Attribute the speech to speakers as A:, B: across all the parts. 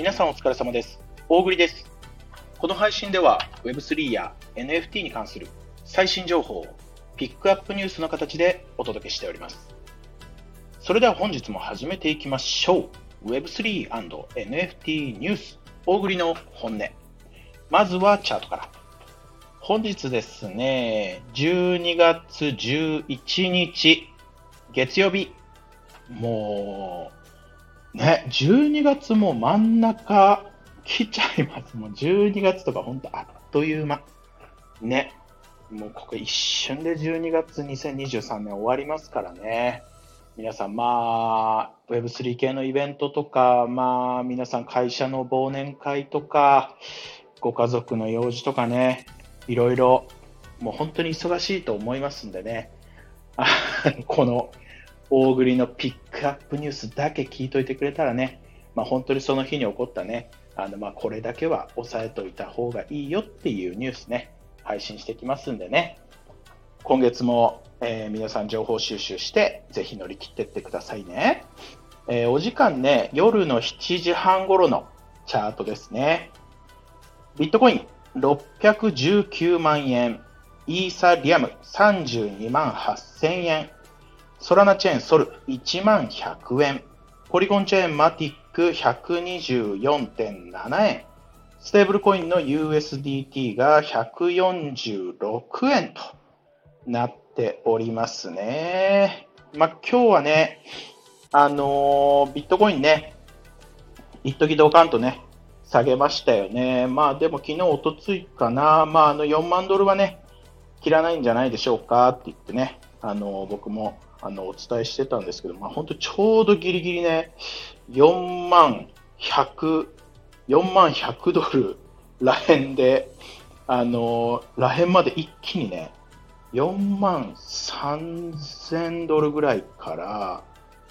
A: 皆さんお疲れ様です。大栗です。この配信では Web3 や NFT に関する最新情報をピックアップニュースの形でお届けしております。それでは本日も始めていきましょう。Web3&NFT ニュース、大栗の本音。まずはチャートから。本日ですね、12月11日月曜日。もうね、12月も真ん中来ちゃいます。もう12月とか本当あっという間。ね。もうここ一瞬で12月2023年終わりますからね。皆さんWeb3 系のイベントとか、皆さん会社の忘年会とか、ご家族の用事とかね、いろいろもう本当に忙しいと思いますんでね。この大栗のピックアップニュースだけ聞いといてくれたらね、本当にその日に起こったね、これだけは押さえといた方がいいよっていうニュースね、配信してきますんでね、今月も、皆さん情報収集してぜひ乗り切っていってくださいね。お時間ね、夜の7時半頃のチャートですね。ビットコイン619万円、イーサリアム32万8000円、ソラナチェーンソル1万100円、ポリゴンチェーンマティック 124.7 円、ステーブルコインの USDT が146円となっておりますね。今日はね、ビットコインね、一時ドカンとね、下げましたよね。でも昨日、おとついかな、4万ドルはね、切らないんじゃないでしょうかって言ってね、僕もお伝えしてたんですけど、本当ちょうどギリギリね、4万100ドルらへんで、らへんまで一気にね、4万3000ドルぐらいから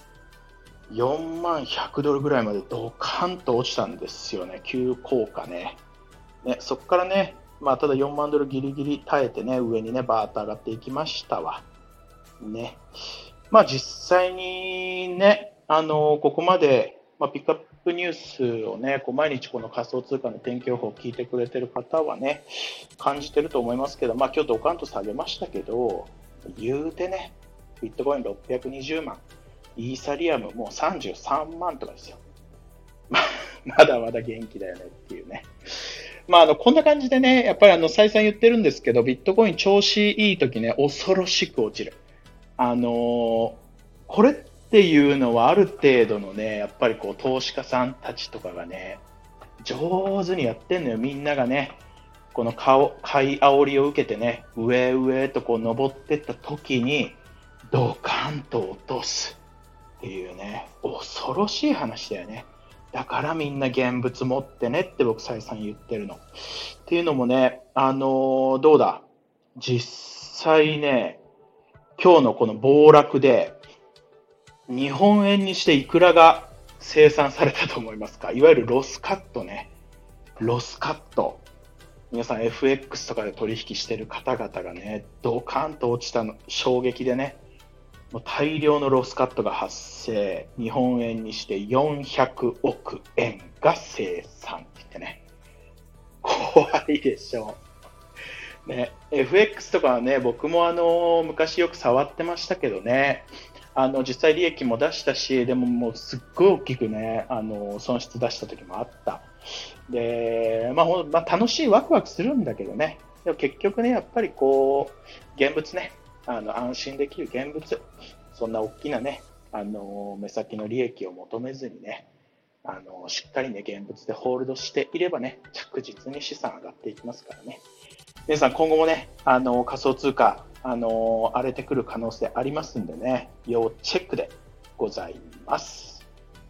A: 4万100ドルぐらいまでドカンと落ちたんですよね、急降下ね。そこからね、ただ4万ドルギリギリ耐えてね、上にね、バーッと上がっていきましたわ。ね。実際にね、ここまで、ピックアップニュースをね、毎日この仮想通貨の天気予報を聞いてくれてる方はね、感じてると思いますけど、今日ドカンと下げましたけど、言うてね、ビットコイン620万、イーサリアムもう33万とかですよ。まだまだ元気だよねっていうね。こんな感じでね、やっぱり再三言ってるんですけど、ビットコイン調子いい時ね、恐ろしく落ちる。これっていうのはある程度のね、やっぱり投資家さんたちとかがね、上手にやってんのよ。みんながね、この買い煽りを受けてね、上上と登ってった時に、ドカンと落とすっていうね、恐ろしい話だよね。だからみんな現物持ってねって僕再三言ってるの。っていうのもね、どうだ実際ね、今日のこの暴落で日本円にしていくらが生産されたと思いますか？いわゆるロスカットね。ロスカット。皆さん FX とかで取引してる方々がね、ドカンと落ちたの衝撃でね、もう大量のロスカットが発生。日本円にして400億円が生産って言ってね。怖いでしょ。ね、FX とかはね、僕も昔よく触ってましたけどね、実際利益も出したし、でももうすっごい大きくね、損失出した時もあった。で、楽しいワクワクするんだけどね、でも結局ね、やっぱり現物ね、安心できる現物、そんな大きなね、目先の利益を求めずにね、しっかりね、現物でホールドしていればね、着実に資産上がっていきますからね。皆さん今後もね、仮想通貨、荒れてくる可能性ありますんでね、要チェックでございます。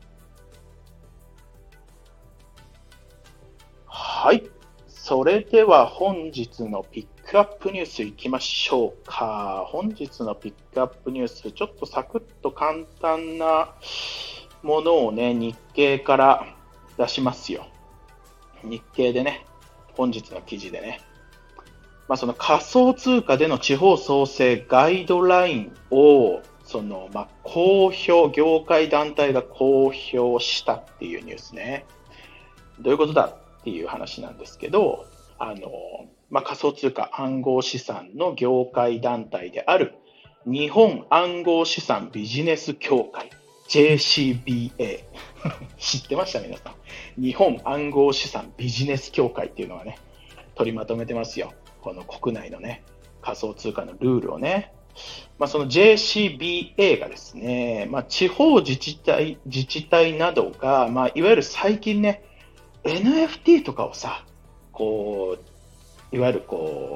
A: はい。それでは本日のピックアップニュースいきましょうか。本日のピックアップニュース、ちょっとサクッと簡単なものをね、日経から出しますよ。日経でね、本日の記事でね、その仮想通貨での地方創生ガイドラインを公表、業界団体が公表したっていうニュースね。 どういうことだっていう話なんですけど、仮想通貨暗号資産の業界団体である日本暗号資産ビジネス協会 JCBA 知ってました皆さん。日本暗号資産ビジネス協会っていうのはね、取りまとめてますよ。この国内のね、仮想通貨のルールをね。その JCBA がですね、地方自治体などが、いわゆる最近ね、NFT とかをさ、こう、いわゆる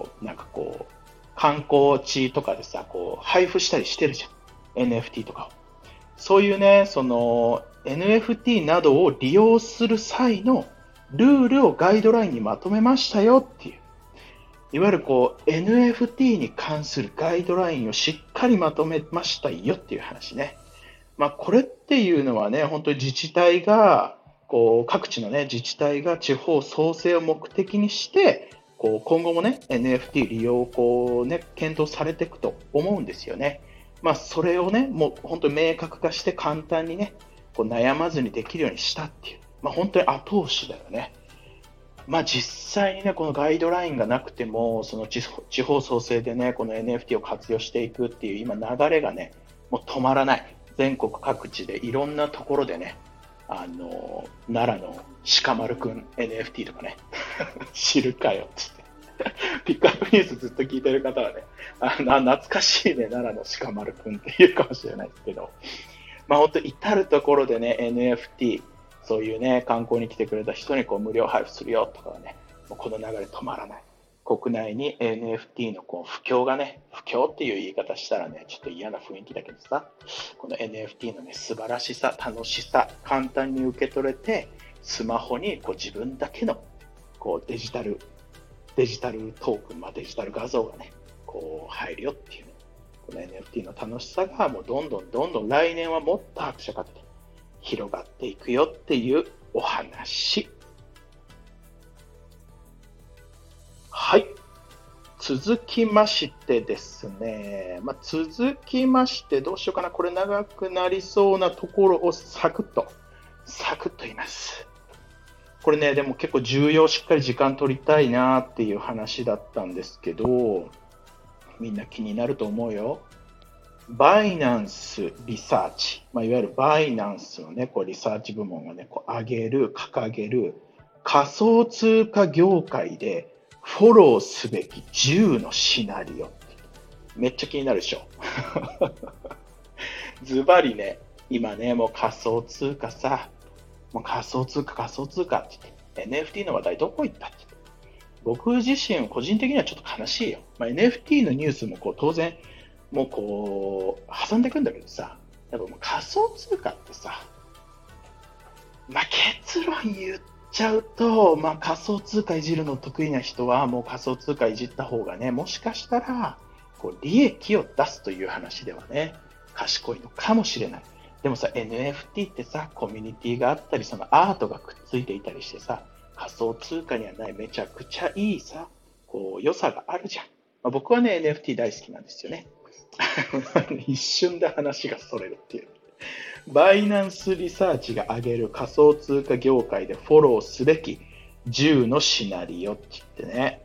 A: 観光地とかでさ、配布したりしてるじゃん。NFT とかを。そういうね、その NFT などを利用する際のルールをガイドラインにまとめましたよっていう。いわゆるNFT に関するガイドラインをしっかりまとめましたよっていう話ね。これっていうのはね、本当に自治体が、各地のね、自治体が地方創生を目的にして、今後もね、NFT 利用を検討されていくと思うんですよね。それをね、もう本当に明確化して簡単にね、悩まずにできるようにしたっていう、本当に後押しだよね。実際にね、このガイドラインがなくても、その地方創生でね、この NFT を活用していくっていう今流れがね、もう止まらない。全国各地でいろんなところでね、奈良の鹿丸くん NFT とかね、知るかよってピックアップニュースずっと聞いてる方はね、懐かしいね、奈良の鹿丸くんって言うかもしれないですけど、本当至るところでね、NFT、そういうね、観光に来てくれた人に無料配布するよとかはね、もうこの流れ止まらない。国内に NFT の不況がね、不況っていう言い方したらね、ちょっと嫌な雰囲気だけどさ、この NFT のね、素晴らしさ、楽しさ、簡単に受け取れて、スマホに自分だけのデジタルトークン、デジタル画像がね、入るよっていう、この NFT の楽しさがもうどんどん来年はもっと拍車かけて広がっていくよっていうお話。はい。続きましてですね、続きましてどうしようかな、これ長くなりそうなところをサクッと言います。これね、でも結構重要、しっかり時間取りたいなっていう話だったんですけど、みんな気になると思うよ。バイナンスリサーチ、いわゆるバイナンスのね、リサーチ部門がね、掲げる仮想通貨業界でフォローすべき10のシナリオ。めっちゃ気になるでしょ。ズバリね、今ね、もう仮想通貨さ、もう仮想通貨って言って、NFT の話題どこ行ったって言って。僕自身、個人的にはちょっと悲しいよ。NFT のニュースも当然、もう挟んでいくんだけどさ、やっぱもう仮想通貨ってさ、結論言っちゃうと、仮想通貨いじるの得意な人はもう仮想通貨いじった方がね、もしかしたら利益を出すという話ではね、賢いのかもしれない。でもさ、NFT ってさ、コミュニティがあったり、そのアートがくっついていたりしてさ、仮想通貨にはないめちゃくちゃいいさ、良さがあるじゃん。僕はね、NFT 大好きなんですよね。一瞬で話がそれるっていう。バイナンスリサーチが挙げる仮想通貨業界でフォローすべき10のシナリオって言ってね、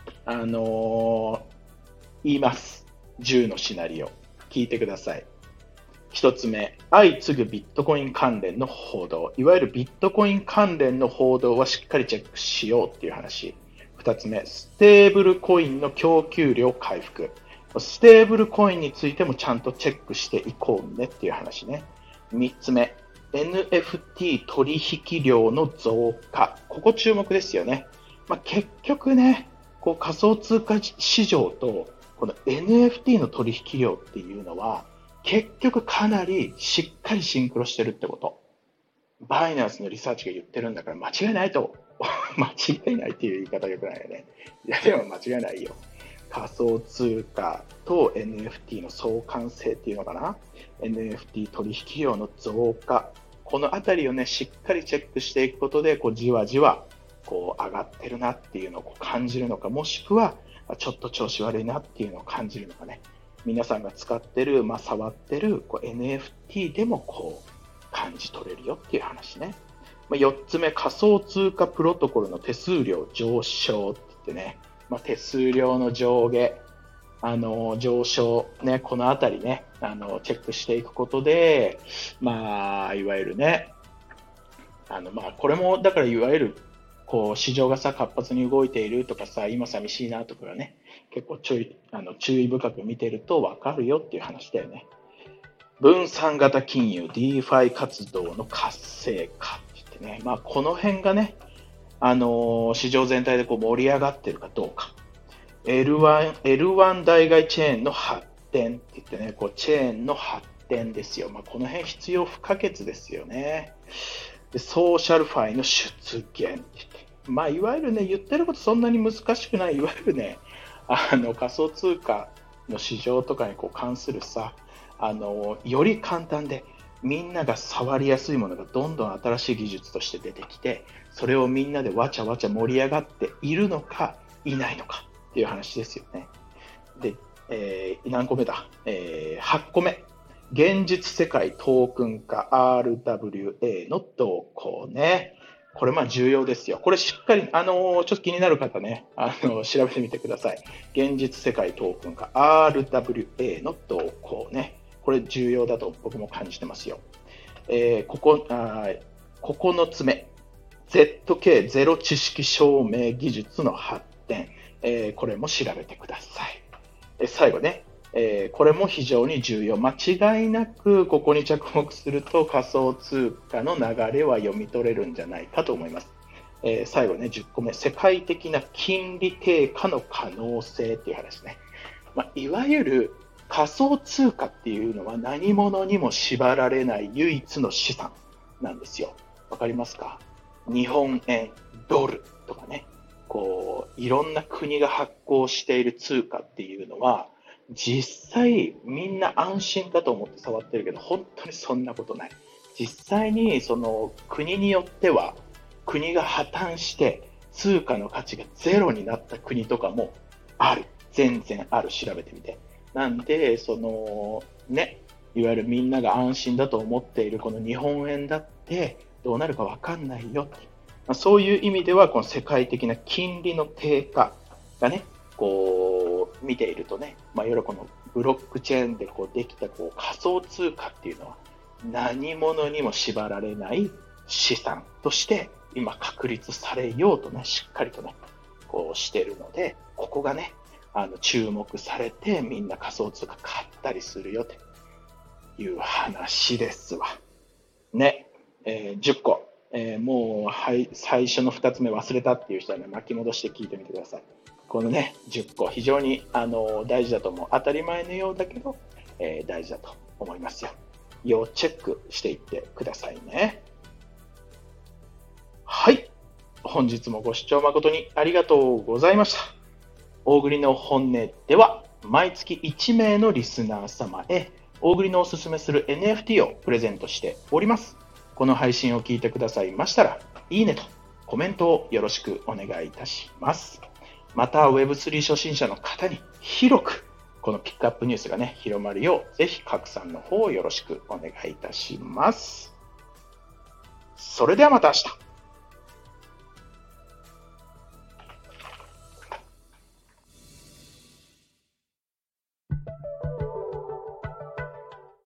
A: 言います。10のシナリオ。聞いてください。一つ目、相次ぐビットコイン関連の報道。いわゆるビットコイン関連の報道はしっかりチェックしようっていう話。二つ目、ステーブルコインの供給量回復。ステーブルコインについてもちゃんとチェックしていこうねっていう話ね。3つ目、NFT 取引量の増加。ここ注目ですよね。結局ね、仮想通貨市場とこの NFT の取引量っていうのは、結局かなりしっかりシンクロしてるってこと。バイナンスのリサーチが言ってるんだから間違いないと。間違いないっていう言い方良くないよね。いや、でも間違いないよ。仮想通貨と NFT の相関性っていうのかな、 NFT 取引量の増加、このあたりをねしっかりチェックしていくことでじわじわ上がってるなっていうのを感じるのか、もしくはちょっと調子悪いなっていうのを感じるのかね、皆さんが使ってる、触ってるNFT でも感じ取れるよっていう話ね。 4つ目、仮想通貨プロトコルの手数料上昇って言ってね、手数料の上下、上昇、ね、このあたりね、チェックしていくことで、いわゆるね、これも、だからいわゆる、市場がさ、活発に動いているとかさ、今寂しいなとかね、結構注意深く見てると分かるよっていう話だよね。分散型金融、DeFi 活動の活性化ってね、この辺がね、市場全体で盛り上がってるかどうか。L1 代替チェーンの発展って言ってね、チェーンの発展ですよ。この辺必要不可欠ですよね。でソーシャルファイの出現って言って、いわゆるね、言ってることそんなに難しくない、いわゆるね、仮想通貨の市場とかに関するさ、より簡単でみんなが触りやすいものがどんどん新しい技術として出てきて、それをみんなでわちゃわちゃ盛り上がっているのかいないのかっていう話ですよね。で、何個目だ、8個目、現実世界トークン化 RWA の動向ね。これ重要ですよ。これしっかり、ちょっと気になる方ね、調べてみてください。現実世界トークン化 RWA の動向ね。これ重要だと僕も感じてますよ。9つ目、ZK ゼロ知識証明技術の発展。これも調べてください。最後ね、これも非常に重要。間違いなくここに着目すると仮想通貨の流れは読み取れるんじゃないかと思います。最後ね、10個目、世界的な金利低下の可能性っていう話ね。いわゆる仮想通貨っていうのは何者にも縛られない唯一の資産なんですよ。わかりますか？日本円、ドルとかね、いろんな国が発行している通貨っていうのは実際みんな安心だと思って触ってるけど、本当にそんなことない。実際にその国によっては国が破綻して通貨の価値がゼロになった国とかもある。全然ある。調べてみて。なんで、いわゆるみんなが安心だと思っているこの日本円だってどうなるかわかんないよ。そういう意味ではこの世界的な金利の低下がね、見ているとね、いわゆるこのブロックチェーンでできた仮想通貨っていうのは何者にも縛られない資産として今確立されようとね、しっかりとね、しているので、ここがね、注目されてみんな仮想通貨買ったりするよという話ですわ。ね、10個。もう、最初の2つ目忘れたっていう人はね、巻き戻して聞いてみてください。このね、10個、非常に大事だと思う。当たり前のようだけど、大事だと思いますよ。要チェックしていってくださいね。はい。本日もご視聴誠にありがとうございました。大栗の本音では、毎月1名のリスナー様へ、大栗のおすすめする NFT をプレゼントしております。この配信を聞いてくださいましたら、いいねとコメントをよろしくお願いいたします。また Web3 初心者の方に広くこのピックアップニュースがね、広まるよう、ぜひ拡散の方をよろしくお願いいたします。それではまた明日。